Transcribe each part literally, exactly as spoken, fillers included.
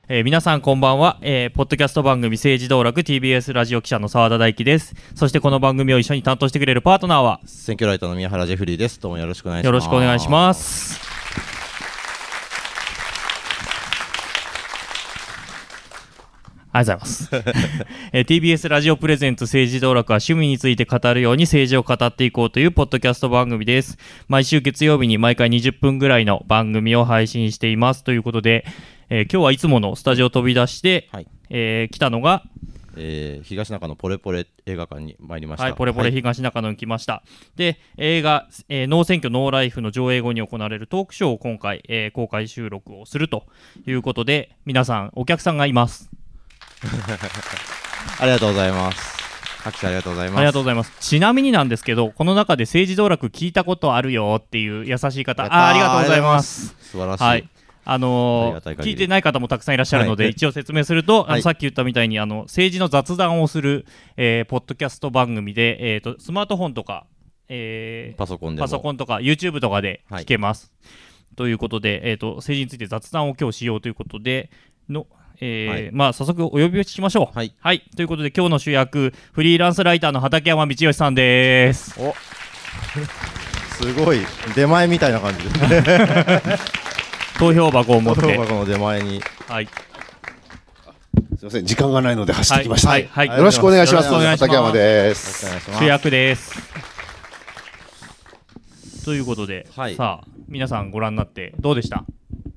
えー、皆さんこんばんは、えー、ポッドキャスト番組政治道楽 ティービーエス ラジオ記者の澤田大樹です。そしてこの番組を一緒に担当してくれるパートナーは選挙ライターの宮原ジェフリーです。どうもよろしくお願いします。 よろしくお願いします。ありがとうございますえー、ティービーエス ラジオプレゼンツ政治道楽は趣味について語るように政治を語っていこうというポッドキャスト番組です。毎週月曜日に毎回にじゅっぷんぐらいの番組を配信していますということで、えー、今日はいつものスタジオを飛び出して、はいえー、来たのが、 えー、東中野ポレポレ映画館に参りました。 はい、ポレポレ東中野に来ました、はい、で映画、えー、ノー選挙ノーライフの上映後に行われるトークショーを今回、えー、公開収録をするということで、皆さんお客さんがいますありがとうございます。拍手ありがとうございます。 ありがとうございます。ちなみになんですけど、この中で政治道楽聞いたことあるよっていう優しい方、あ, ありがとうございます。 素晴らしい。 はい、あのー、聞いてない方もたくさんいらっしゃるので、はい、一応説明すると、あのさっき言ったみたいにあの政治の雑談をする、えー、ポッドキャスト番組で、えー、とスマートフォンとか、えー、 パソコンでもパソコンとか YouTube とかで聞けます、はい、ということで、えー、と政治について雑談を今日しようということでのえーはいまあ、早速お呼びしましょう、はいはい、ということで今日の主役フリーランスライターの畠山道義さんです。 おすごい出前みたいな感じですね投票箱を持って投票箱の出前に、 はい、 すいません時間がないので走ってきました、 はいはいはい、 よろしくお願いします。 畠山です。 主役ですということで、はい、さあ皆さんご覧になってどうでした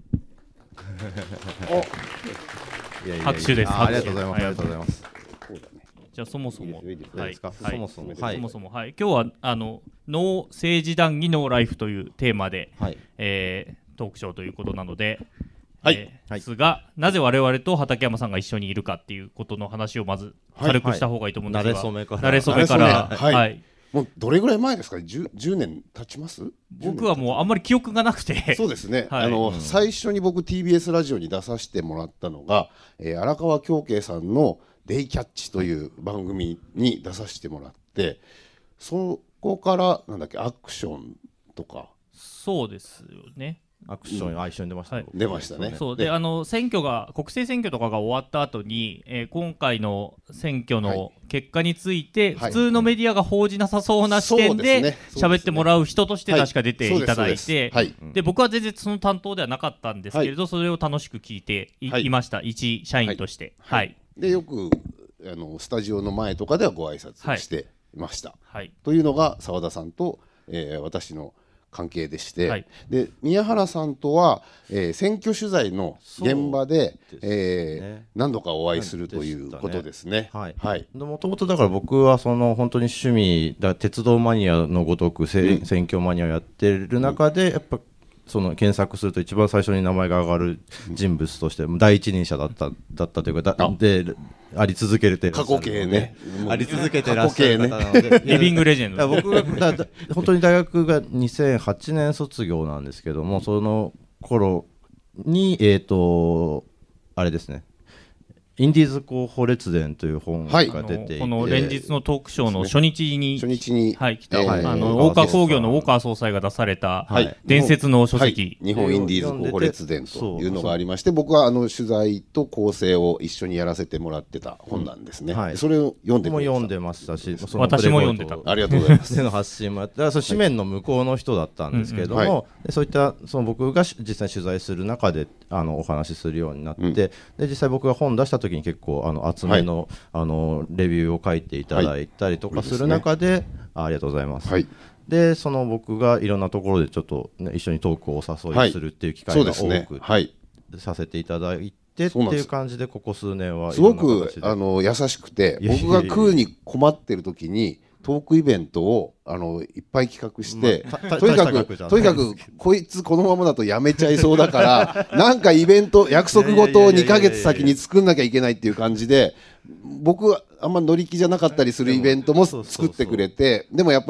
おいやいやいや拍手です。 ありがとうございます。ありがとうございます。 じゃあそもそも、 はい、そもそも、 はい、そもそも、はい、今日はあのノー政治談義ノーライフというテーマで、はいえー、トークショーということなので、はいえー、ですが、なぜ我々と畠山さんが一緒にいるかっていうことの話をまず軽くした方がいいと思うんですが、 慣れ初めから、 慣れ初めから、 はい。はいもうどれぐらい前ですか 10, じゅうねん経ちます？ 僕はもうあんまり記憶がなくてそうですね、 はい、 あの、うん、最初に僕 ティービーエス ラジオに出させてもらったのが、えー、荒川京慶さんのデイキャッチという番組に出させてもらって、そこからなんだっけアクションとかそうですよねアクション、うん、あ一緒に出ました、ねはい、出ましたね。 そうであの選挙が国政選挙とかが終わった後に、えー、今回の選挙の結果について、はい、普通のメディアが報じなさそうな視点で喋ってもらう人として確か出ていただいて、はいで僕は全然その担当ではなかったんですけれど、はい、それを楽しく聞いて い,、はい、いました一社員として、はいはいでよくあのスタジオの前とかではご挨拶していました、はい、というのが澤田さんと、えー、私の関係でして、はい、で宮原さんとは、えー、選挙取材の現場で、ねえー、何度かお会いするということですね。 もともとだから僕はその本当に趣味だ鉄道マニアのごとく、うん、選挙マニアをやってる中で、うん、やっぱその検索すると一番最初に名前が上がる人物として第一人者だっただったというかだであり続けるて過去形ねあり続けてらっしゃる方なので、ね、 リビングレジェンド僕がだだ本当に大学がにせんはちねん卒業なんですけども、その頃にえっ、ー、とあれですねインディーズ候補列伝という本が出ていて、 はい、この連日のトークショーの初日に、 初日に、 はい、来た、えー、あの大川工業の大川総裁が出された、はい、伝説の書籍、 はい、日本インディーズ候補列伝というのがありまして、僕はあの取材と構成を一緒にやらせてもらってた本なんですね、うんはい、それを読んでも読んでましたし、 私も読んでた。 ありがとうございますの発信もやってだからその紙面の向こうの人だったんですけども、はいうんうん、でそういったその僕が実際取材する中であのお話しするようになって、うん、で実際僕が本出した時に結構あの厚め の,、はい、あのレビューを書いていただいたりとかする中で、はい、あ, ありがとうございます、はい、でその僕がいろんなところでちょっと、ね、一緒にトークをお誘いするっていう機会が多く、はい、させていただいてっていう感じでここ数年はすごくあの優しくて、僕が食うに困ってる時にトークイベントをあのいっぱい企画して、まあ、とにかくとにかくこいつこのままだとやめちゃいそうだからなんかイベント約束事をにかげつ先に作んなきゃいけないっていう感じで、僕はあんま乗り気じゃなかったりするイベントも作ってくれて、でもやっぱり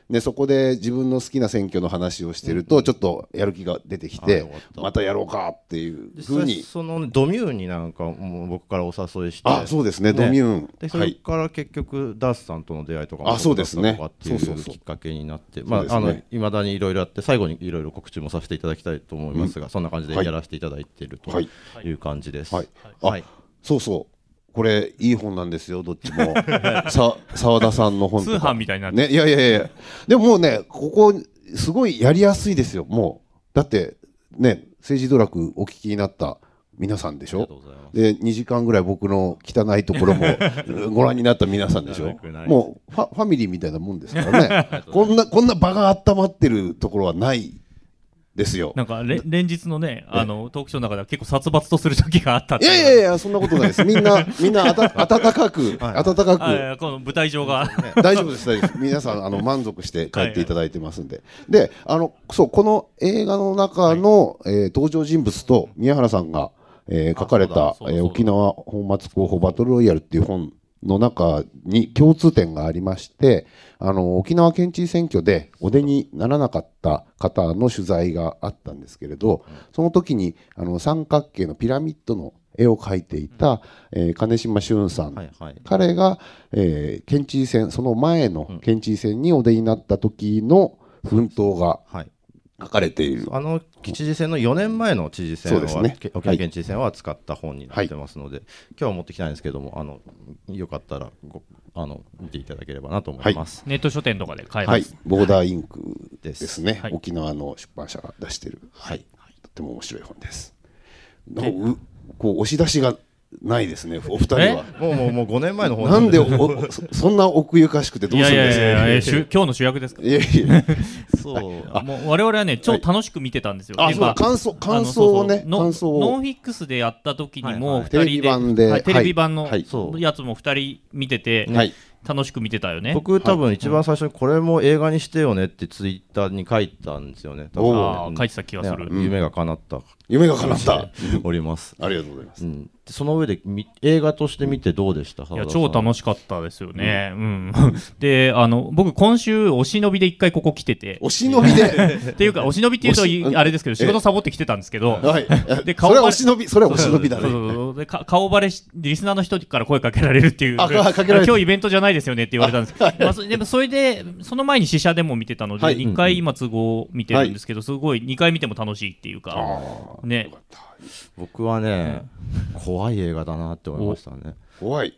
でそこで自分の好きな選挙の話をしてるとちょっとやる気が出てきて、またやろうかっていうふうに。 そのドミューンになんかもう僕からお誘いして、 あ、そうですね、ドミューンでそれから結局ダースさんとの出会いとかもあそうですねっていうきっかけになって、まああの未だにいろいろあって最後にいろいろ告知もさせていただきたいと思いますが、そんな感じでやらせていただいているという感じです。はいはい、あ、そうそう。これいい本なんですよ、どっちもさ澤田さんの本とか通販みたいになって、 ね、いやいやいやでももうねここすごいやりやすいですよ。もうだってね政治ドラクお聞きになった皆さんでしょ。でにじかんぐらい僕の汚いところもご覧になった皆さんでしょ。もうフ ァ, ファミリーみたいなもんですからねこんなこんな場が温まってるところはないですよ。 なんかれ連日のねあのトークショーの中では結構殺伐とする時があったって。 いやいやいやそんなことないです。みんなみんなあた温かく温かくこの舞台上が大丈夫です大丈夫です。皆さんあの満足して帰っていただいてますんで。であのそうこの映画の中の、はいえー、登場人物と宮原さんが、えー、書かれた、えー、沖縄本末候補バトルロイヤルっていう本の中に共通点がありまして、あの沖縄県知事選挙でお出にならなかった方の取材があったんですけれど、その時にあの三角形のピラミッドの絵を描いていた、えー、金島俊さん、はいはい、彼が、えー、県知事選その前の県知事選にお出になった時の奮闘が書かれている、 あの知事選のよねんまえの知事選は、ね、沖縄県知事選は使った本になってますので、はい、今日は持ってきたいんですけども、あのよかったらごあの見ていただければなと思います、 はい、ネット書店とかで買えます、 はい、ボーダーインクですね、はい、沖縄の出版社が出している、はい、とても面白い本です。なんかこう押し出しがないですね、お二人は。 もうもうもうごねんまえの本なんでお そ, そんな奥ゆかしくてどうするんですか。いやいやいやいや今日の主役ですか。いやいやそうあもう我々はね超楽しく見てたんですよ。 あそう感想感想をね感想をノンフィックスでやった時にもふたりで、 テレビ版で、 はい、テレビ版のやつもふたり見てて、はい、楽しく見てたよね。 僕多分一番最初にこれも映画にしてよねってツイッターに書いたんですよね。 あ書いてた気がする、 ね、夢が叶った夢が叶ったおります。 ありがとうございます、うん、 その上で映画として見てどうでした？ いや超楽しかったですよね、うんうん、であの僕今週お忍びで一回ここ来ててお忍びでっていうかお忍びっていうとあれですけど仕事サボって来てたんですけど、 はい、で顔それはお忍びそれはお忍びだね。そうそうそうで顔バレしリスナーの人から声かけられるっていうあかけられる今日イベントじゃないですよねって言われたんですけど、まあ、そでもそれでその前に試写でも見てたので、はい、にかい今都合見てるんですけど、はい、すごいにかい見ても楽しいっていうかね。 僕はね、うん、怖い映画だなって思いましたね。 怖い、 うん、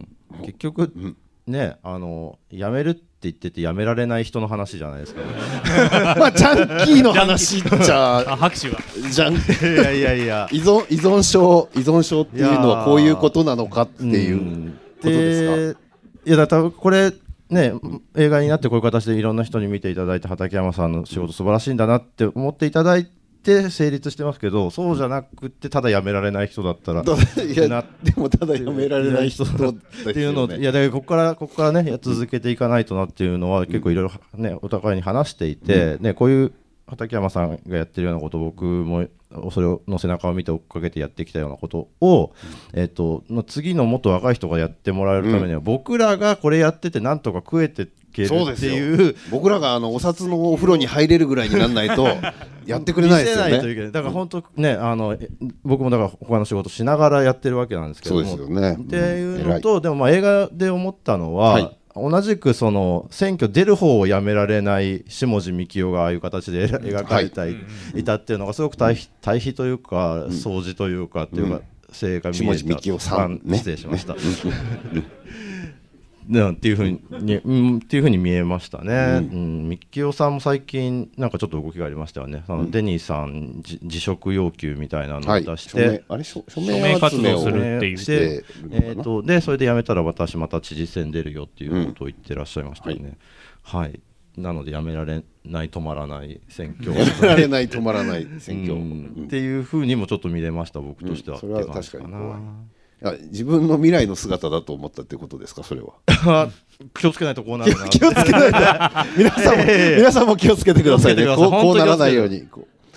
結局、うん、ねあのやめるって言っててやめられない人の話じゃないですか、ね、 まあジャンキーの話じゃあ拍手がジャンいやいやいや依存依存症依存症っていうのはこういうことなのかっていうことですか。 いやだからこれね、映画になってこういう形でいろんな人に見ていただいて畠山さんの仕事素晴らしいんだなって思っていただいて成立してますけど、そうじゃなくてただやめられない人だったらいやでもただやめられない人だっていうのいやだからここからここからね続けていかないとなっていうのは結構いろいろねお互いに話していて、ねこういう畠山さんがやってるようなこと僕もそれの背中を見て追っかけてやってきたようなことを、えー、との次のもっと若い人がやってもらえるためには、うん、僕らがこれやっててなんとか食えていけるっていう僕らがあのお札のお風呂に入れるぐらいにならないとやってくれないですよね。見せないといけない。 だから本当ねあの僕もだから他の仕事しながらやってるわけなんですけども、 そうですよね、 っていうのと、でもまあ映画で思ったのは、はい、同じくその選挙出る方をやめられない下地幹雄がああいう形で描かれていたっていうのがすごく対比、対比というか掃除というかっていうか正解見えた。 下地幹雄さん、ね、 失礼しました。っていうふうに、うん、っていうふうに見えましたね。うん、みきおさんも最近なんかちょっと動きがありましたよね。あのデニーさん辞職要求みたいなのを出して、はい、 あれ署名活動するっていうで、えーと、でそれで辞めたら私また知事選出るよっていうことを言ってらっしゃいましたよね。うん、はい、はい。なので辞められない止まらない選挙辞められない止まらない選挙、うんうん、っていうふうにもちょっと見れました僕としては。 うん、それは確かに怖い。自分の未来の姿だと思ったってことですか、それは。 気をつけないとこうなるな。 気をつけないと皆さんも皆さんも気をつけてくださいね。こう、こうならないように。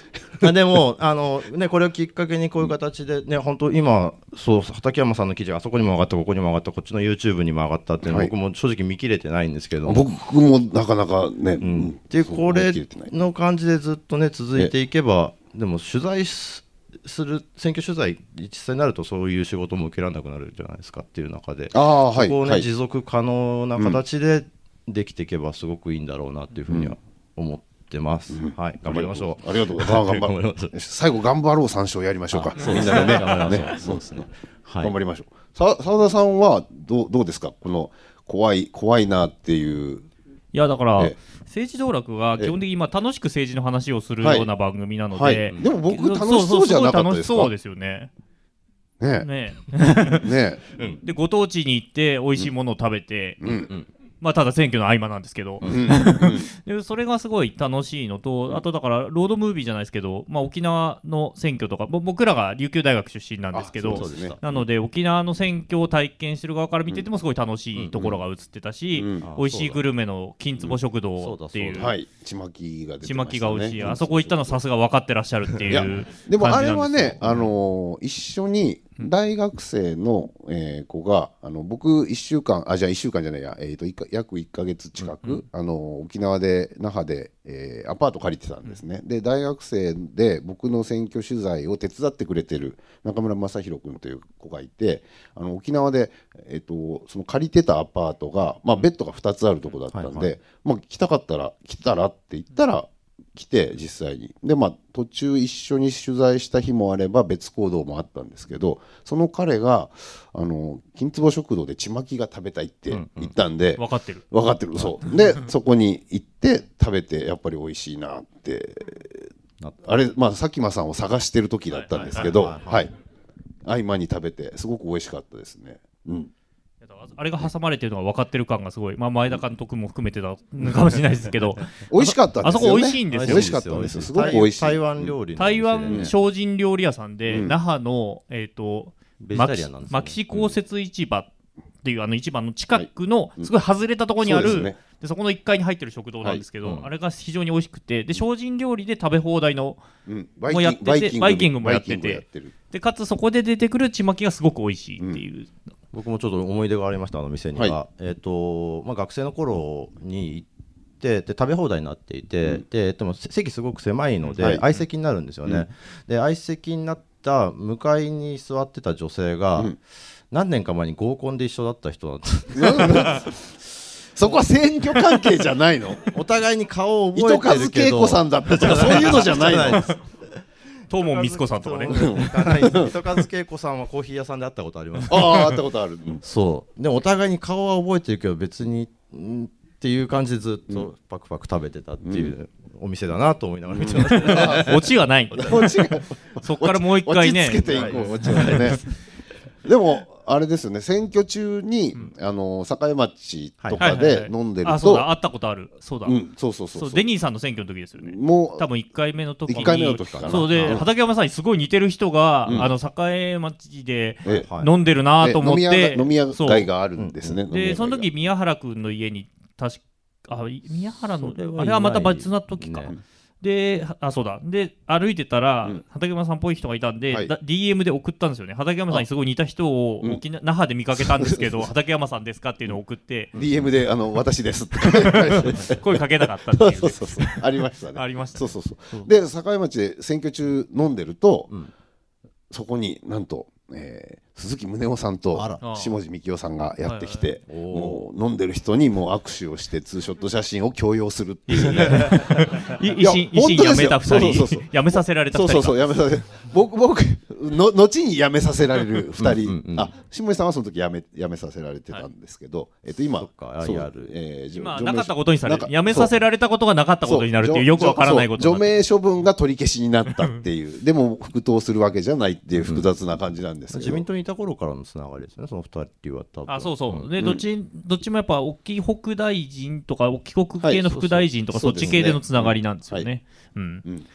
でもあの、ね、これをきっかけにこういう形で、ね、本当今そう畠山さんの記事があそこにも上がったここにも上がったこっちの YouTube にも上がったっていうのは、はい、僕も正直見切れてないんですけど、 僕もなかなかね、うん、 っていうこれの感じでずっとね続いていけば、でも取材する選挙取材実際になるとそういう仕事も受けられなくなるじゃないですかっていう中で、 あ、はい、 そこをね、 はい、 持続可能な形でできていけばすごくいいんだろうなっていうふうには思って出ます、うん、はい、頑張りましょう。 ありがとうございます。頑張ります。最後頑張ろう三章やりましょうか。みんなでね、頑張りましょう。そうですね。はい、頑張りましょう。さ澤田さんはどうどうですか、この怖い怖いなっていう。 いやだから政治道楽は基本的に今楽しく政治の話をするような番組なので、はいはい、 でも僕楽しそうじゃなかったですか。 そうですよね。 ねねねでご当地に行って美味しいものを食べて。うんうんまあ、ただ選挙の合間なんですけど、うん、でそれがすごい楽しいのと、あとだからロードムービーじゃないですけど、まあ、沖縄の選挙とか僕らが琉球大学出身なんですけど、ね、なので沖縄の選挙を体験してる側から見ててもすごい楽しいところが映ってたし、うんうん、美味しいグルメの金壺食堂っていう、 ちまきが出てましたね。 ちまきが美味しい、あそこ行ったのさすが分かってらっしゃるっていう感じなんですよ。 でもあれはね、あのー、一緒に大学生の、えー、子があの僕いっしゅうかんあじゃあいっしゅうかんじゃないや、えー、と約いっかげつ近く、うんうん、あの沖縄で那覇で、えー、アパート借りてたんですね、うん、で大学生で僕の選挙取材を手伝ってくれてる中村正弘君という子がいて、あの沖縄で、えー、とその借りてたアパートが、まあ、ベッドがふたつあるとこだったんで、うんはいはい、まあ、来たかったら来たらって言ったら来て実際にで、まあ、途中一緒に取材した日もあれば別行動もあったんですけど、その彼があの金壺食堂でちまきが食べたいって言ったんで、 うんうん、分かってる分かってるそうでそこに行って食べてやっぱり美味しいなってあれ、まあ、佐喜眞さんを探してる時だったんですけど、合間に食べてすごく美味しかったですね。うんあれが挟まれてるのが分かってる感がすごい、まあ、前田監督も含めてたのかもしれないですけど美味しかったんですよね。 あそこ美味しいんですよ。 美味しかったんですよ。すごく美味しい台湾料理、 台湾精進料理屋さんで、うん、那覇の、えーと、マキシ公設市場っていうあの市場の近くのすごい外れたところにある、はいうん そ, で、ね、でそこのいっかいに入ってる食堂なんですけど、はいうん、あれが非常に美味しくて、で精進料理で食べ放題の、うん、もやっててバイキングもやってて、でかつそこで出てくるちまきがすごく美味しいっていう、うん、 僕もちょっと思い出がありました、あの店には、はい、えーとまあ、学生の頃に行ってで食べ放題になっていて、うん、ででも席すごく狭いので、はい、相席になるんですよね、うん、で相席になった向かいに座ってた女性が、うん、何年か前に合コンで一緒だった人だったそこは選挙関係じゃないのお互いに顔を覚えてるけど糸数恵子さんだったじゃんそういうのじゃないの東門光子さんとかね糸数恵子さんはコーヒー屋さんで会ったことあります、 ね、ああ会ったことある、うん、 そうでお互いに顔は覚えてるけど別にんっていう感じでずっとパクパク食べてたっていうお店だなと思いながら見てました、 ね、オチはないそっからもう一回ね落ち着けていこう、オチはねでもあれですよね、選挙中に、うん、あの境町とかで飲んでると、はいはいはいはい、あ、 そうだ、会ったことある、そうだ、 うん、そうそうそうそう、 デニーさんの選挙の時ですよね。もう多分いっかいめの時にいっかいめの時かな。そうで、畠山さんにすごい似てる人が、うん、あの境町で飲んでるなと思って、 飲み屋街があるんですね。 でその時宮原君の家に確かあ宮原のあれはまた別な時か。ね、であそうだで歩いてたら、うん、畠山さんっぽい人がいたんで、はい、ディーエム で送ったんですよね。畠山さんにすごい似た人を沖縄、うん、那覇で見かけたんですけど畠山さんですかっていうのを送ってディーエム であの私ですって声かけなかったっていうそうそうそうありましたねありました、 ね、そうそうそうで境町で選挙中飲んでると、うん、そこになんと、えー、鈴木宗男さんと下地幹夫さんがやってきて、はいはい、もう飲んでる人にもう握手をしてツーショット写真を強要するっていうね維新維新辞めたふたり辞めさせられたふたりそうそうそう辞めさせ僕僕の後に辞めさせられるふたり、うんうんうん、あ下地さんはその時辞め辞めさせられてたんですけど、はい、えっと今そう、えー、今なかったことにされる辞めさせられたことがなかったことになるっていうよくわからないこと除名処分が取り消しになったっていうでも復党するわけじゃないっていう複雑な感じなんですけど、うん、 自民党にいた頃からのつながりですね、そのふたりは多分。 あ、そうそう、うん、でどっちどっちもやっぱ沖北大臣とか沖国系の副大臣とか、はい、そっち系でのつながりなんですよね。うん、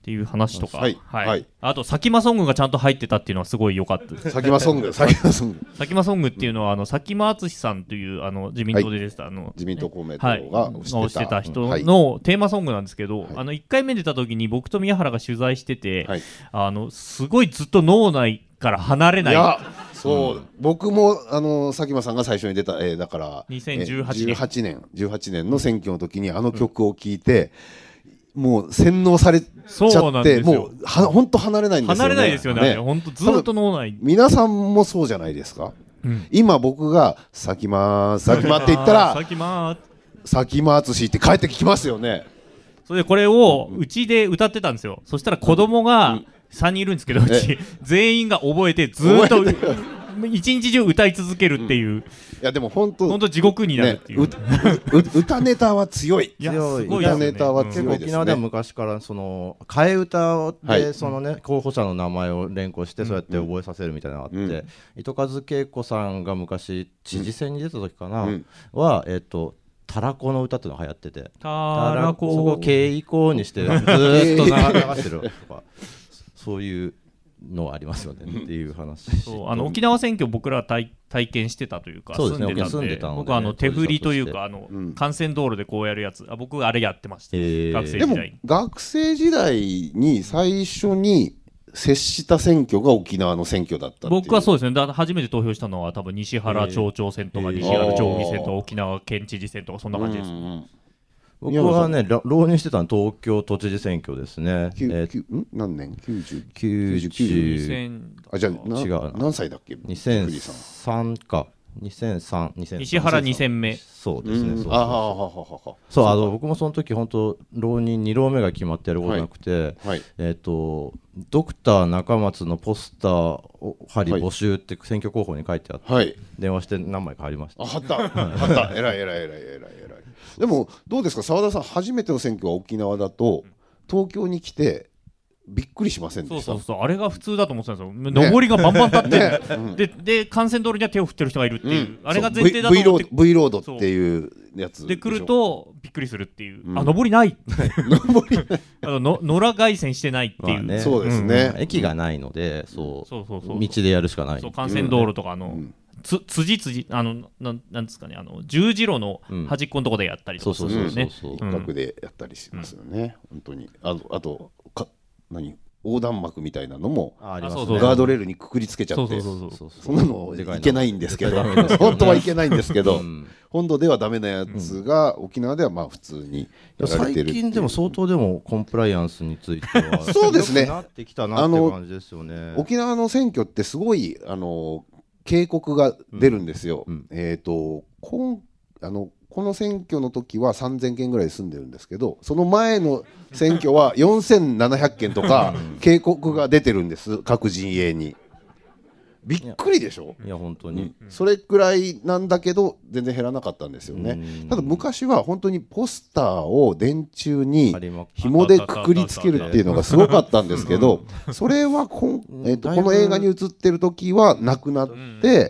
っていう話とか、 はいはいはい、 あと佐喜眞ソングがちゃんと入ってたっていうのはすごい良かったです。 佐喜眞ソング佐喜眞ソング佐喜眞ソングっていうのはあの佐喜眞敦さんというあの自民党で出てた、はい、あの自民党公明党が推してた、 はい、してた人のテーマソングなんですけど、はい、あのいっかいめ出た時に僕と宮原が取材してて、はい、あのすごいずっと脳内から離れない。いやそう、うん、僕もあの佐喜眞さんが最初に出た、えー、だからにせんじゅうはちねんじゅうはちねんじゅうはちねんの選挙の時にあの曲を聴いて、うん、もう洗脳されちゃってもうは本当離れないんですよね。 離れないですよね。本当ずっと脳内。 皆さんもそうじゃないですか。うん、今僕が佐喜眞佐喜眞って言ったら佐喜眞佐喜眞敦って帰ってきますよね。 それでこれをうちで歌ってたんですよ。そしたら子供がさんにんいるんですけど、うち全員が覚えてずっと一日中歌い続けるっていう、うん、いやでも本当本当地獄になるっていう、ね、 歌ネタは強い。 いや強い歌ネタは強いですね。 沖縄では昔からその替え歌でそのね、はい、候補者の名前を連呼してそうやって覚えさせるみたいなのがあって、うん、糸数恵子さんが昔知事選に出た時かな、うん、はえっ、ー、とたらこの歌っていうのが流行ってて、 たらこそこを敬意項にしてずーっと流してるとかそういうのありますよねっていう話。 そうあの沖縄選挙僕ら体体験してたというか、 そうですね、 住んでたんで、僕はあの手振りというかあの、うん、幹線道路でこうやるやつ、あ僕あれやってました、えー、学生時代。 でも学生時代に最初に接した選挙が沖縄の選挙だったっていう。 僕はそうですね。だ初めて投票したのは多分西原町長選とか、えー、西原町議選とか、沖縄県知事選とかそんな感じです、うんうん、 僕はね浪人してたの東京都知事選挙ですね。 えー、ん何年きゅうじゅうきゅうじゅうきゅうあじゃあな違う何歳だっけ。 にせんさんかにせんさん、にせんさん西原に戦目。 そうですね。 うん、そうあははははそうあの僕もその時本当浪人に浪目が決まってやることなくて、はいはい、えっ、ー、とドクター中松のポスターを貼り募集って選挙候補に書いてあって、はい、電話して何枚か貼りました。 あ貼った貼った偉い偉い偉い偉い偉い。でもどうですか澤田さん、初めての選挙は沖縄だと東京に来てびっくりしませんでした？ そうそうそう、あれが普通だと思ってたんですよ、ね、上りがバンバン立って、ねうん、で, で幹線道路には手を振ってる人がいるっていう、うん、あれが前提だと思って V, V ロードっていうやつで来るとびっくりするっていう、うん、あ上りない上りあのの野良凱旋してないっていう、まあね、 そうですね、 うん、駅がないのでそうそうそうそう道でやるしかない。 そう幹線道路とかの、うんつ辻辻あのななんですかね、あの十字路の端っこのところでやったりとかするよね。 一角でやったりしますよね、うん、本当に。あとあとか何横断幕みたいなのもありますね。ガードレールにくくりつけちゃってそんなのいけないんですけど本当はいけないんですけど、うん、本土ではダメなやつが、うん、沖縄ではまあ普通にやられてる。 最近でも相当でもコンプライアンスについてはそうですね、 なってきたなっていう感じですよね。 沖縄の選挙ってすごいあの警告が出るんですよ、うんうん、えーとこんあのこの選挙の時はさんぜんけんぐらい住んでるんですけど、その前の選挙はよんせんななひゃっけんとか警告が出てるんです、各陣営に。びっくりでしょ。 いや本当に、 うん、それくらいなんだけど全然減らなかったんですよね。ただ昔は本当にポスターを電柱に紐でくくりつけるっていうのがすごかったんですけど、それはこん、えーと、この映画に映ってる時はなくなって、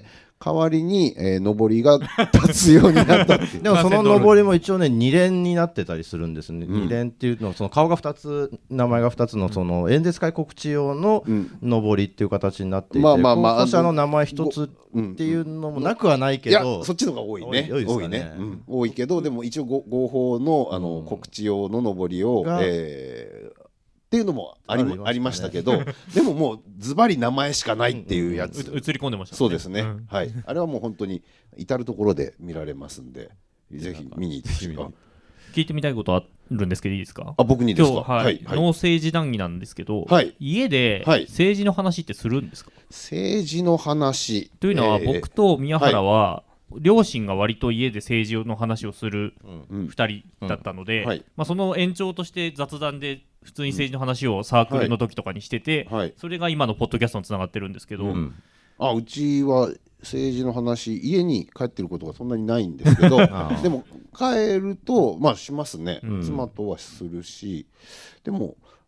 代わりに、えー、上りが立つようになったっていう。 でもその上りも一応ねに連になってたりするんですね、うん、に連っていうのはその顔がふたつ名前がふたつのその演説会告知用の上りっていう形になっていて、候補者の名前ひとつっていうのもなくはないけど、 いやそっちの方が多いね、多い多いね、うん、多いけどでも一応合法の、あの告知用の上りを、えーっていうのもあ り, あ, り, ね、ありましたけどでももうズバリ名前しかないっていうやつ、 うんうん、映り込んでましたね。 そうですね、うん、はい、あれはもう本当に至る所で見られますんでぜひ見に行ってほしい。 聞いてみたいことあるんですけどいいですか？ あ僕にですか？ 今日、はいはいはい、農政治談義なんですけど、はい、家で政治の話ってするんですか？ 政治の話というのは、えー、僕と宮原は、はい、両親が割と家で政治の話をするふたりだったので、うんうんはいまあ、その延長として雑談で普通に政治の話をサークルの時とかにしてて、うんはい、それが今のポッドキャストにつながってるんですけど、うん、 あうちは政治の話家に帰ってることがそんなにないんですけどでも帰るとまあしますね、うん、妻とはするし、でも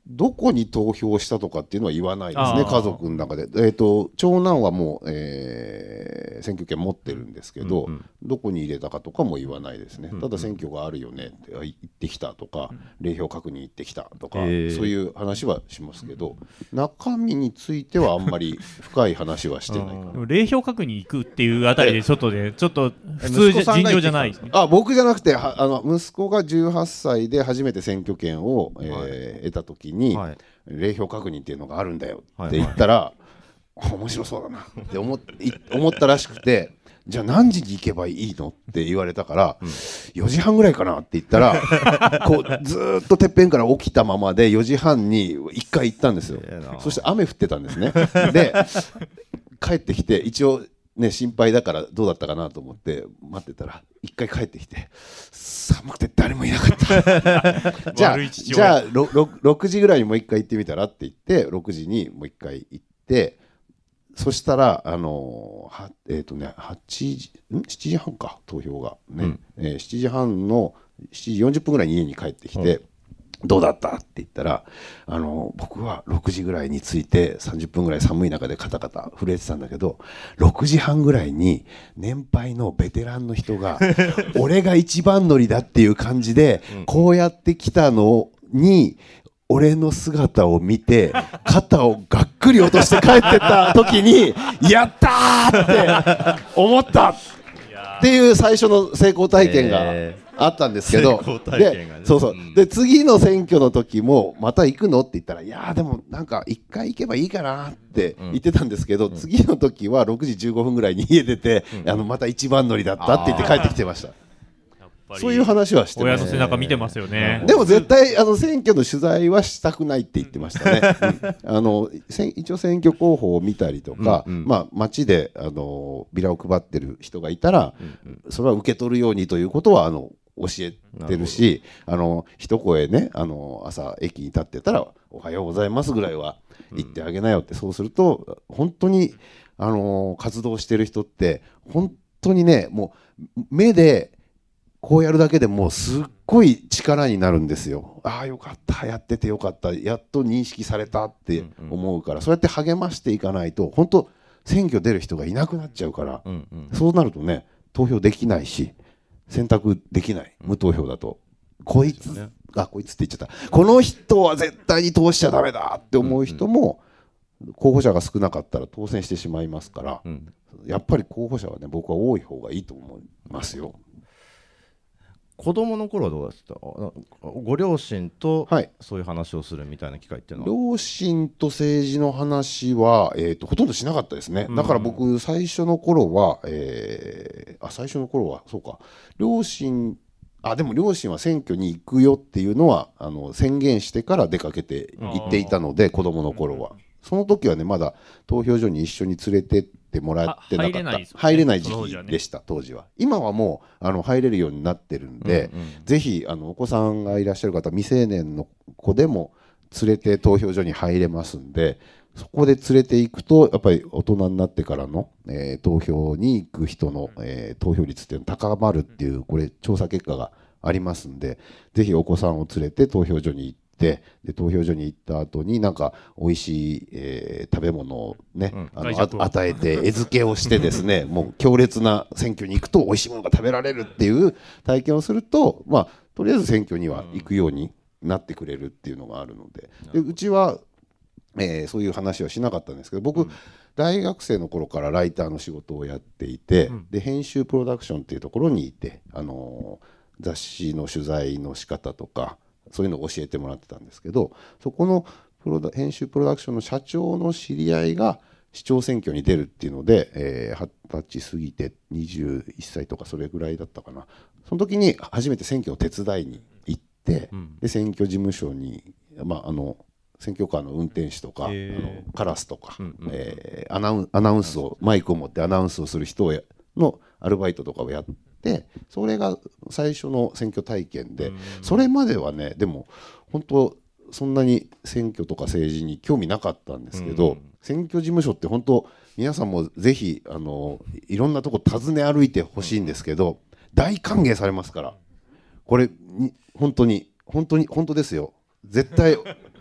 どこに投票したとかっていうのは言わないですね、家族の中で。えーと、長男はもう、えー、選挙権持ってるんですけど、うんうん、どこに入れたかとかも言わないですね、うんうん、ただ選挙があるよねって言ってきたとか、うん、例票確認行ってきたとか、えー、そういう話はしますけど、中身についてはあんまり深い話はしてないかな。 例票確認行くっていうあたりでちょっとね、ちょっと普通じ尋常じゃない。 あ、僕じゃなくて、あの息子がじゅうはっさいで初めて選挙権を、えーはい、得た時に、はい、例票確認っていうのがあるんだよって言ったら、はいはい、面白そうだなって思っ、思ったらしくて、じゃあ何時に行けばいいのって言われたから、うん、よじはんぐらいかなって言ったらこうずーっとてっぺんから起きたままでよじはんにいっかい行ったんですよ。そして雨降ってたんですね。で帰ってきて、一応ね、心配だからどうだったかなと思って待ってたらいっかい帰ってきて、寒くて誰もいなかったじゃあじゃあ 6, ろくじぐらいにもういっかい行ってみたらって言ってろくじにもういっかい行って、そしたらあのー、はえっ、ー、とねはちじんしちじはんか投票がね、うんえー、しちじはんのしちじよんじゅっぷんぐらいに家に帰ってきて、うんどうだったって言ったら、あの僕はろくじぐらいに着いてさんじゅっぷんぐらい寒い中でカタカタ震えてたんだけど、ろくじはんぐらいに年配のベテランの人が俺が一番乗りだっていう感じでこうやって来たのに俺の姿を見て肩をがっくり落として帰ってった時にやったーって思ったっていう最初の成功体験があったんですけど、でそうそうで次の選挙の時もまた行くのって言ったら、いやでもなんかいっかい行けばいいかなって言ってたんですけど、次の時はろくじじゅうごふんぐらいに家出て、あのまた一番乗りだったって言って帰ってきてました。そういう話はしてます。 親の背中見てますよね。 でも絶対あの選挙の取材はしたくないって言ってましたね。うん、あの一応選挙候補を見たりとか、うんうん、まあ街であのビラを配ってる人がいたら、うんうん、それは受け取るようにということはあの教えてるし、あの一声ね、あの朝駅に立ってたらおはようございますぐらいは言ってあげなよって、うん、そうすると本当にあの活動してる人って本当にね、もう目でこうやるだけでもうすっごい力になるんですよ。ああよかった、やっててよかった、やっと認識されたって思うから、うんうん、そうやって励ましていかないと本当選挙出る人がいなくなっちゃうから、うんうん、そうなるとね投票できないし選択できない、無投票だと、うん、こいつ、ね、あこいつって言っちゃった、この人は絶対に通しちゃダメだって思う人も、うんうん、候補者が少なかったら当選してしまいますから、うん、やっぱり候補者はね僕は多い方がいいと思いますよ。 子供の頃はどうでした？ご両親とそういう話をするみたいな機会っていうのは、 はい、両親と政治の話は、えーと、ほとんどしなかったですね。だから僕最初の頃は、えー、あ最初の頃はそうか両親あでも両親は選挙に行くよっていうのはあの宣言してから出かけて行っていたので、子供の頃はその時はねまだ投票所に一緒に連れてってもらってなかった、ね、入れない時期でした、当時は。今はもうあの入れるようになってるんで、うんうん、ぜひあのお子さんがいらっしゃる方、未成年の子でも連れて投票所に入れますんで、そこで連れていくとやっぱり大人になってからの、えー、投票に行く人の、えー、投票率っていうの高まるっていうこれ調査結果がありますんで、ぜひお子さんを連れて投票所に行ってで投票所に行った後になんか美味しい、えー、食べ物をね、うん、あの与えて餌付けをしてですねもう強烈な選挙に行くと美味しいものが食べられるっていう体験をすると、まあとりあえず選挙には行くようになってくれるっていうのがあるので、でうちは、えー、そういう話はしなかったんですけど、僕、うん、大学生の頃からライターの仕事をやっていて、うん、で編集プロダクションっていうところにいて、あのー、雑誌の取材の仕方とかそういうのを教えてもらってたんですけど、そこのプロダ編集プロダクションの社長の知り合いが市長選挙に出るっていうので、えー、はたち過ぎてにじゅういっさいとかそれぐらいだったかな、その時に初めて選挙を手伝いに行って、うん、で選挙事務所に、まあ、あの選挙カーの運転手とか、あのカラスとか、うんうんえー、アナウン、アナウンスをマイクを持ってアナウンスをする人のアルバイトとかをやってでそれが最初の選挙体験で、それまではねでも本当そんなに選挙とか政治に興味なかったんですけど、選挙事務所って本当皆さんもぜひあのいろんなとこ訪ね歩いてほしいんですけど、大歓迎されますから、これに本当に本当に本当ですよ、絶対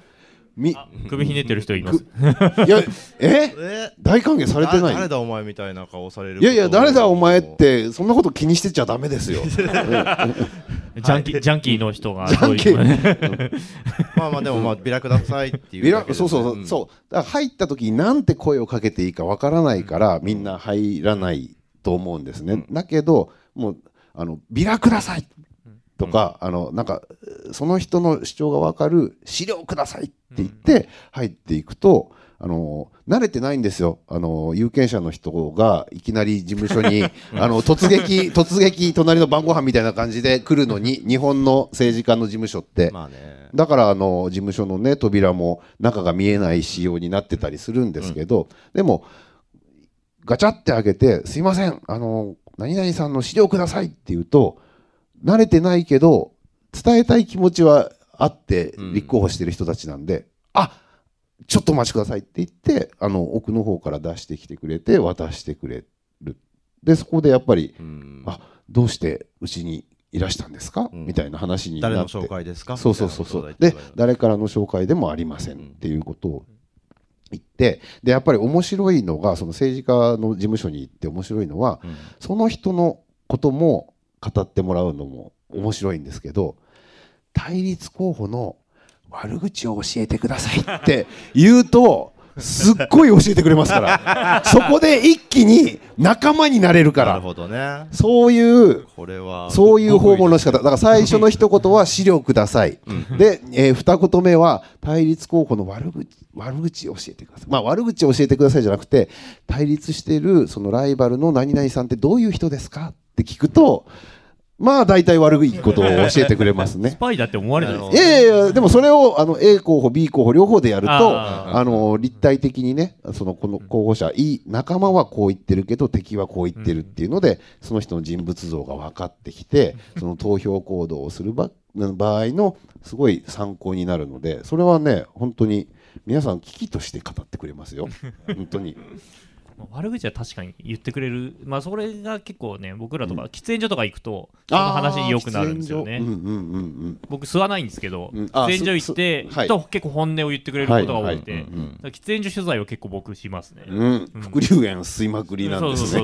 み首ひねってる人います。 いやえ大歓迎されてない。 誰だお前みたいな顔される。 いやいや誰だお前ってそんなこと気にしてちゃダメですよ。ジャンキージャンキーの人がジャンキーまあまあでもまあビラくださいっていうビラそうそうそうそうだから入った時になんて声をかけていいかわからないからみんな入らないと思うんですね。だけどもうあのビラくださいとか、うん、あのなんかその人の主張が分かる資料くださいって言って入っていくと、あの慣れてないんですよ。あの有権者の人がいきなり事務所にあの突撃突撃隣の晩ご飯みたいな感じで来るのに日本の政治家の事務所って、まあね、だからあの事務所のね扉も中が見えない仕様になってたりするんですけど、うん、でもガチャって開けてすいませんあの何々さんの資料くださいって言うと慣れてないけど伝えたい気持ちはあって立候補してる人たちなんで、うん、あちょっとお待ちくださいって言ってあの奥の方から出してきてくれて渡してくれる。でそこでやっぱり、うん、あどうしてうちにいらしたんですか、うん、みたいな話になって、 誰の紹介ですか、 そうそうそうそうで誰からの紹介でもありませんっていうことを言って、でやっぱり面白いのがその政治家の事務所に行って面白いのは、うん、その人のことも語ってもらうのも面白いんですけど、対立候補の悪口を教えてくださいって言うとすっごい教えてくれますからそこで一気に仲間になれるから。 なるほどね。 そういうこれはそういう訪問の仕方だから、最初の一言は資料くださいで、えー、二言目は対立候補の悪口悪口を教えてください。まあ悪口を教えてくださいじゃなくて、対立しているそのライバルの何々さんってどういう人ですかって聞くと、まあ大体悪いことを教えてくれますね。 スパイだって思われないですか。いやいやいや、でもそれをあの A 候補 B 候補両方でやるとああの立体的にね、そのこの候補者いい仲間はこう言ってるけど敵はこう言ってるっていうので、その人の人物像が分かってきて、その投票行動をする場場合のすごい参考になるので、それはね本当に皆さん危機として語ってくれますよ本当に。 悪口は確かに言ってくれる、まあそれが結構ね、僕らとか喫煙所とか行くとその話によくなるんですよね。僕吸わないんですけど、うん、喫煙所行ってと結構本音を言ってくれることが多くて、喫煙所取材を結構僕しますね。 うん、副流煙吸いまくりなんですね。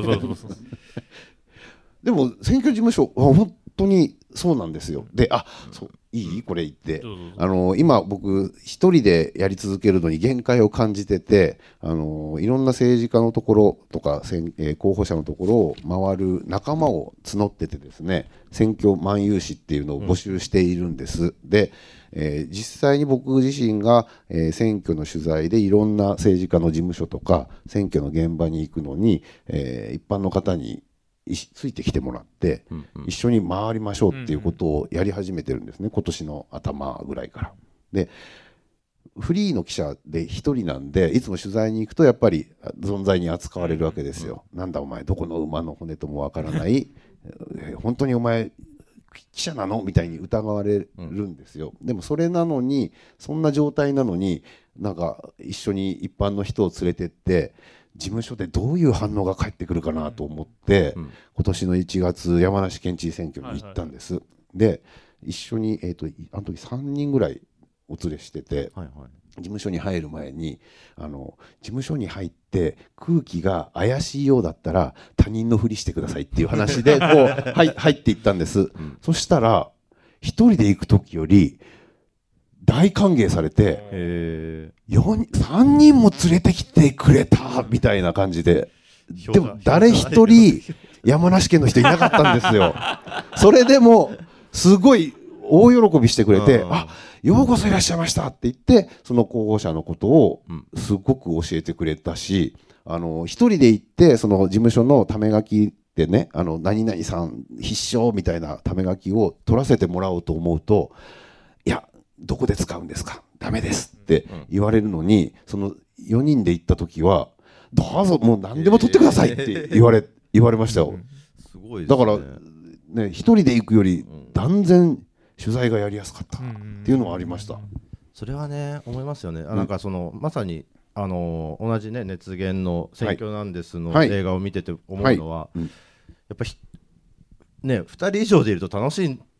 でも選挙事務所は本当にそうなんですよ。で、あ、そういいこれ言って、あの今僕一人でやり続けるのに限界を感じてて、あのいろんな政治家のところとか、えー、候補者のところを回る仲間を募っててですね、選挙万有誌っていうのを募集しているんです。うん、で、えー、実際に僕自身が、えー、選挙の取材でいろんな政治家の事務所とか選挙の現場に行くのに、えー、一般の方についてきてもらって、うんうん、一緒に回りましょうっていうことをやり始めてるんですね、今年の頭ぐらいから。でフリーの記者で一人なんで、いつも取材に行くとやっぱり存在に扱われるわけですよ。うんうん、なんだお前どこの馬の骨ともわからない本当にお前記者なのみたいに疑われるんですよ。うん、でもそれなのに、そんな状態なのになんか一緒に一般の人を連れてって事務所でどういう反応が返ってくるかなと思って、うん、今年のいちがつ山梨県知事選挙に行ったんです。はいはい、で一緒に、えーと、あの時さんにんぐらいお連れしてて、はいはい、事務所に入る前にあの事務所に入って空気が怪しいようだったら他人のふりしてくださいっていう話でこう、はい、入っていったんです。うん、そしたら一人で行く時より大歓迎されて、さんにんも連れてきてくれたみたいな感じで、でも誰一人山梨県の人いなかったんですよ。それでもすごい大喜びしてくれて、あ、ようこそいらっしゃいましたって言って、その候補者のことをすごく教えてくれたし、あの一人で行ってその事務所のため書きでね、あの何々さん必勝みたいなため書きを取らせてもらおうと思うと、いやどこで使うんですか、ダメですって言われるのに、そのよにんで行った時はどうぞもう何でも取ってくださいって言われ、言われましたよ。すごいですね。だからね、一人で行くより断然取材がやりやすかったっていうのはありました。 それはね思いますよね。あ、なんかそのまさにあの同じね熱源の選挙なんですの映画を見てて思うのは、やっぱりねふたり以上でいると楽しい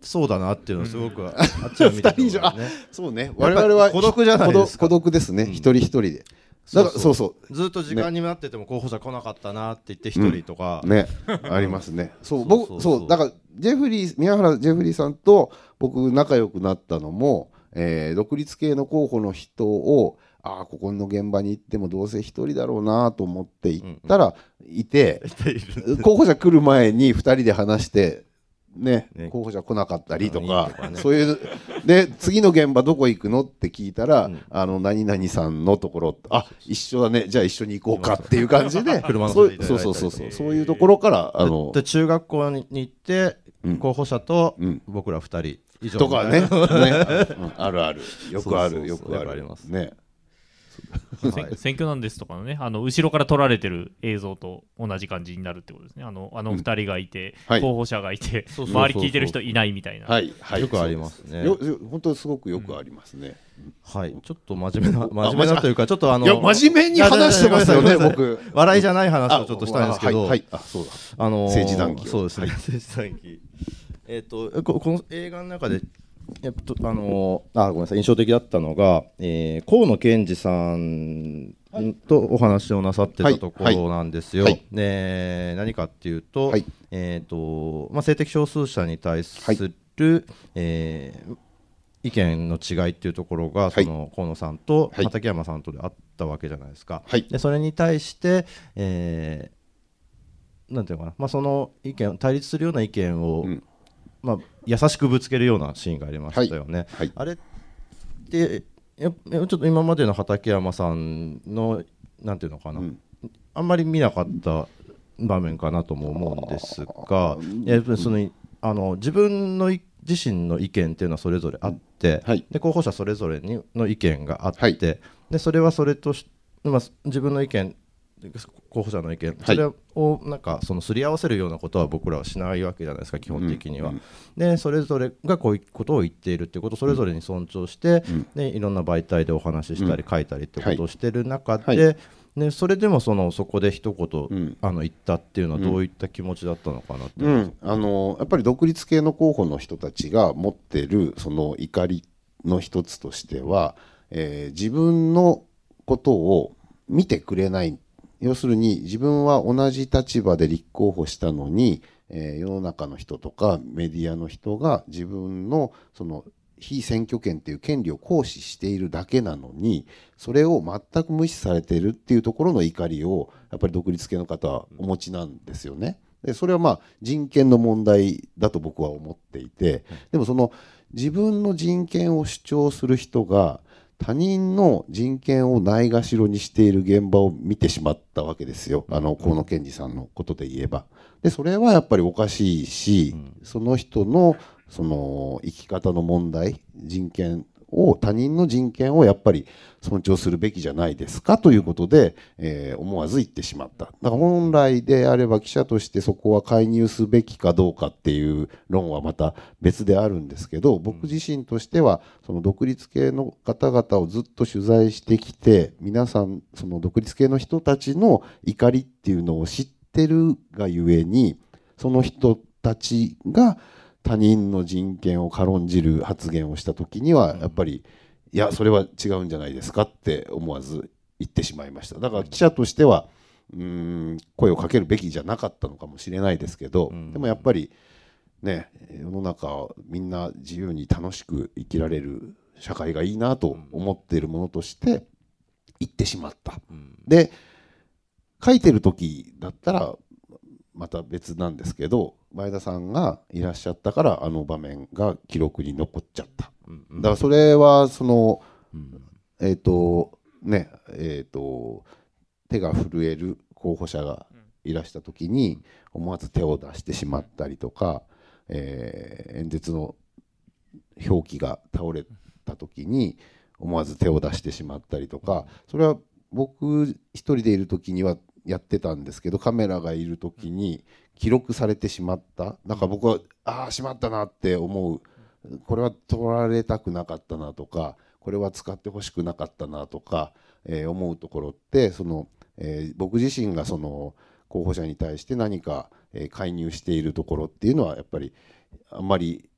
そうだなっていうのすごくあっちゃうみたいな、ね、 そうね、我々は孤独じゃないですか。 孤独ですね、うん、一人一人で。だからそうそうずっと時間になってても候補者来なかったなって言って一人とか、 うん、ねありますね。そう僕そうだからジェフリー宮原ジェフリーさんと僕仲良くなったのも、えー、独立系の候補の人をああここの現場に行ってもどうせ一人だろうなと思って行ったらいて、うんうん、候補者来る前にふたりで話してね、ね候補者来なかったりとか、ね、そういうで次の現場どこ行くのって聞いたら、うん、あの何々さんのところあ一緒だねじゃあ一緒に行こうかっていう感じで車のそうそうそうそうそうそういうところからあので中学校に行って、うん、候補者と僕らふたり以上とかねねあるあるよくあるよくあるありますね。 選挙なんですとかのね、あの後ろから撮られてる映像と同じ感じになるってことですね。あのあのふたりがいて、うん、候補者がいて、はい、周り聞いてる人いないみたいな、 はいはい、 よくありますね。 よ本当にすごくよくありますね。 うん、はい、ちょっと真面目な真面目なというかちょっとあのいや真面目に話してますよね僕。 笑いじゃない話をちょっとしたいんですけど、 はいはい、あそうだあのー、政治談義そうですね、はい、政治談義えっとここの映画の中で。えっとあのー、あごめんなさい印象的だったのが、えー、河野健二さんとお話をなさってたところなんですよ。はいはい、で何かっていうと、はいえーとまあ、性的少数者に対する、はいえー、意見の違いっていうところが、はい、その河野さんと畠山さんとであったわけじゃないですか。はい、でそれに対して、えー、なんていうのかな、まあ、その意見対立するような意見を、うんまあ、優しくぶつけるようなシーンがありましたよね。はいはい、あれってやちょっと今までの畠山さんのなんていうのかな、うん、あんまり見なかった場面かなとも思うんですが、やっぱりそのあの自分の自身の意見っていうのはそれぞれあって、はい、で候補者それぞれにの意見があって、はい、でそれはそれとし、まあ、自分の意見候補者の意見、それをなんかそのすり合わせるようなことは僕らはしないわけじゃないですか基本的には、うんうん、でそれぞれがこういうことを言っているっていうことをそれぞれに尊重して、うん、でいろんな媒体でお話ししたり書いたりってことをしている中で、はいはいでそれでもそのそこで一言、うん、あの言ったっていうのはどういった気持ちだったのかなって、 うん、あのやっぱり独立系の候補の人たちが持っているその怒りの一つとしては、えー、自分のことを見てくれない、要するに自分は同じ立場で立候補したのに、えー、世の中の人とかメディアの人が自分のその非選挙権っていう権利を行使しているだけなのにそれを全く無視されているっていうところの怒りをやっぱり独立系の方はお持ちなんですよね。でそれはまあ人権の問題だと僕は思っていて、でもその自分の人権を主張する人が他人の人権をないがしろにしている現場を見てしまったわけですよ、あの河野健二さんのことで言えば。でそれはやっぱりおかしいし、その人のその生き方の問題、人権を他人の人権をやっぱり尊重するべきじゃないですかということで、えー、思わず言ってしまった。だから本来であれば記者としてそこは介入すべきかどうかっていう論はまた別であるんですけど、僕自身としてはその独立系の方々をずっと取材してきて、皆さんその独立系の人たちの怒りっていうのを知ってるがゆえに、その人たちが他人の人権を軽んじる発言をしたときにはやっぱりいやそれは違うんじゃないですかって思わず言ってしまいました。だから記者としてはうーん声をかけるべきじゃなかったのかもしれないですけど、でもやっぱりね世の中はみんな自由に楽しく生きられる社会がいいなと思っているものとして言ってしまった。で書いてる時だったらまた別なんですけど、前田さんがいらっしゃったからあの場面が記録に残っちゃった。だからそれはそのえっとねえっと手が震える候補者がいらした時に思わず手を出してしまったりとか、えー、演説の表記が倒れた時に思わず手を出してしまったりとか、それは僕一人でいる時にはやってたんですけど、カメラがいる時に記録されてしまった。だから僕はああしまったなって思う、これは撮られたくなかったなとか、これは使ってほしくなかったなとか、えー、思うところってその、えー、僕自身がその候補者に対して何か、えー、介入しているところっていうのはやっぱりあんまり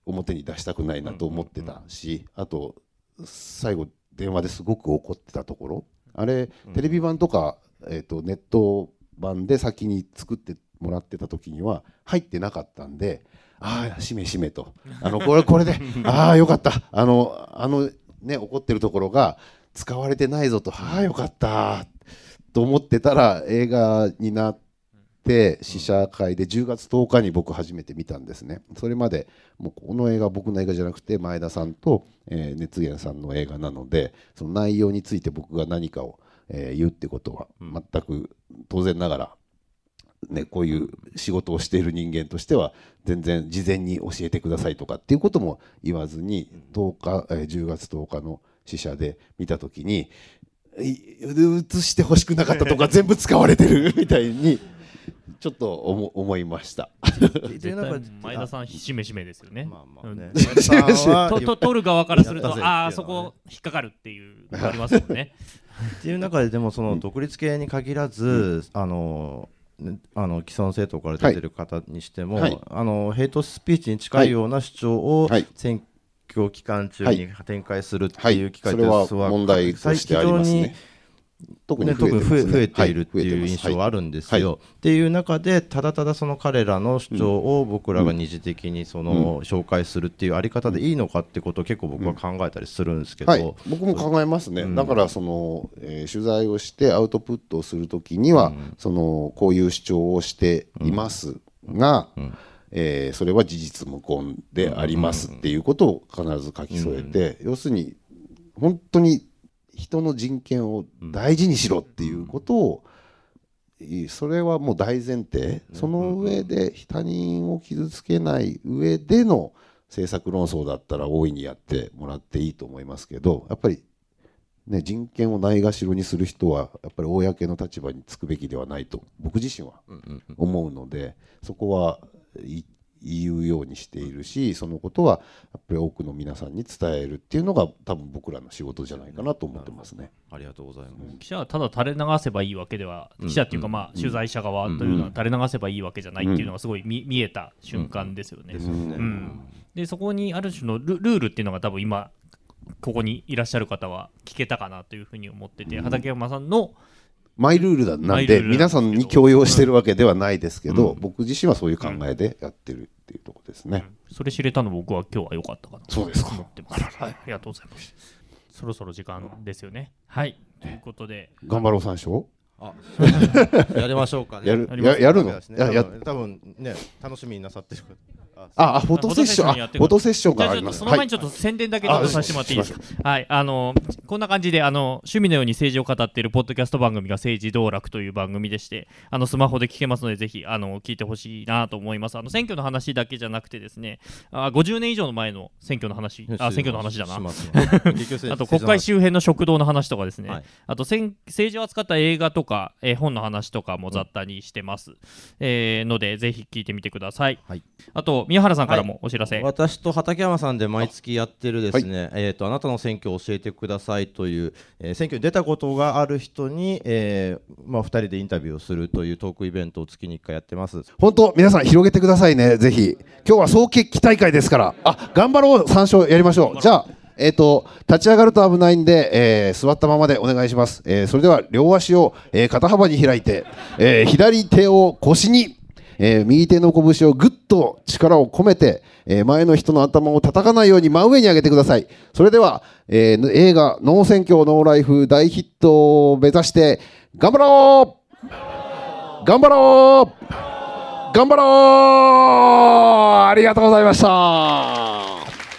表に出したくないなと思ってたし、あと最後電話ですごく怒ってたところ、あれテレビ版とか、えーとネット版で先に作ってもらってた時には入ってなかったんで、ああしめしめと、あのこれこれでああよかった、あのあのね怒ってるところが使われてないぞと、ああよかったと思ってたら映画になって試写会でじゅうがつとおかに僕初めて見たんですね。それまでもうこの映画僕の映画じゃなくて前田さんと、えー、熱源さんの映画なので、その内容について僕が何かを、えー、言うってことは全く当然ながらね、こういう仕事をしている人間としては全然事前に教えてくださいとかっていうことも言わずにとおか、じゅうがつとおかの試写で見た時に映してほしくなかったとか全部使われてるみたいにちょっと思思いました。 前田さんしめしめですよね。 まあまあねとと撮る側からするとああそこ引っかかるっていうのがありますよね。 っていう中ででもその独立系に限らず、うん、あのあの既存政党から出てる方にしても、はい、あのヘイトスピーチに近いような主張を選挙期間中に展開するっていう機会って、 はいはい、それは問題としてありますね。 特に増えているっていう印象はあるんですよ、はいはい、っていう中でただただその彼らの主張を僕らが二次的にその紹介するっていうあり方でいいのかってことを結構僕は考えたりするんですけど、 はい、僕も考えますね、うん、だからその、えー、取材をしてアウトプットをするときには、うん、そのこういう主張をしていますが、うんうんえー、それは事実無根でありますっていうことを必ず書き添えて、要するに本当に人の人権を大事にしろっていうことを、それはもう大前提、その上で他人を傷つけない上での政策論争だったら大いにやってもらっていいと思いますけど、やっぱり、ね、人権をないがしろにする人はやっぱり公の立場につくべきではないと僕自身は思うので、そこは言うようにしているし、そのことはやっぱり多くの皆さんに伝えるっていうのが多分僕らの仕事じゃないかなと思ってますね。 ありがとうございます。 記者はただ垂れ流せばいいわけでは、記者っていうかまあ取材者側というのは垂れ流せばいいわけじゃないっていうのがすごい 見, 見えた瞬間ですよね。でそこにある種の ル, ルールっていうのが多分今ここにいらっしゃる方は聞けたかなというふうに思ってて、畠山さんのマイルールだなんで皆さんに強要してるわけではないですけど、うん、僕自身はそういう考えでやってるっていうところですね、 うん、それ知れたの僕は今日は良かったかなと思ってます。はい、ありがとうございます。そろそろ時間ですよね。はいということで頑張ろう三章あやりましょうかね。 やるややるの、ね、 やや多分ね楽しみになさってる。 ああフォトセッション、あフォトセッションがあります。 その前にちょっと宣伝だけちょっとさせてもらっていいですか。はい、あのこんな感じであの趣味のように政治を語っているポッドキャスト番組が政治道楽という番組でして、あのスマホで聞けますのでぜひあの聞いてほしいなと思います。あの選挙の話だけじゃなくてですね、あごじゅうねん以上の前の選挙の話、あ選挙の話だな。あと国会周辺の食堂の話とかですね、はい、あと政治を扱った映画とか、えー、本の話とかも雑多にしてます、うんえー、のでぜひ聞いてみてください。はい、あと宮原さんからもお知らせ、はい、 私と畠山さんで毎月やってるですね、はいえー、とあなたの選挙を教えてくださいという、えー、選挙に出たことがある人に、えーまあ、ふたりでインタビューをするというトークイベントを月にいっかいやってます。 本当皆さん広げてくださいね。ぜひ今日は総決起大会ですから、あ頑張ろう参照やりましょう。じゃあえー、と立ち上がると危ないんで、えー、座ったままでお願いします、えー、それでは両足を、えー、肩幅に開いて、えー、左手を腰に、えー、右手の拳をぐっと力を込めて、えー、前の人の頭を叩かないように真上に上げてください。それでは、えー、映画ノー選挙ノーライフ大ヒットを目指して頑張ろう頑張ろう頑張ろうありがとうございました。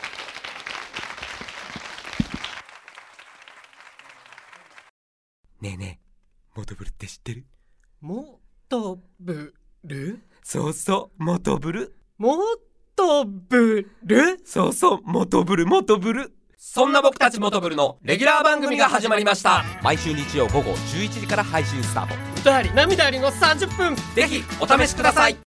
ねえねえ、モトブルって知ってる？ モトブル？ そうそう、モトブル。 モトブル？ そうそう、モトブル、モトブル。そんな僕たちモトブルのレギュラー番組が始まりました。毎週日曜午後じゅういちじから配信スタート。 歌あり涙ありのさんじゅっぷん、 ぜひお試しください。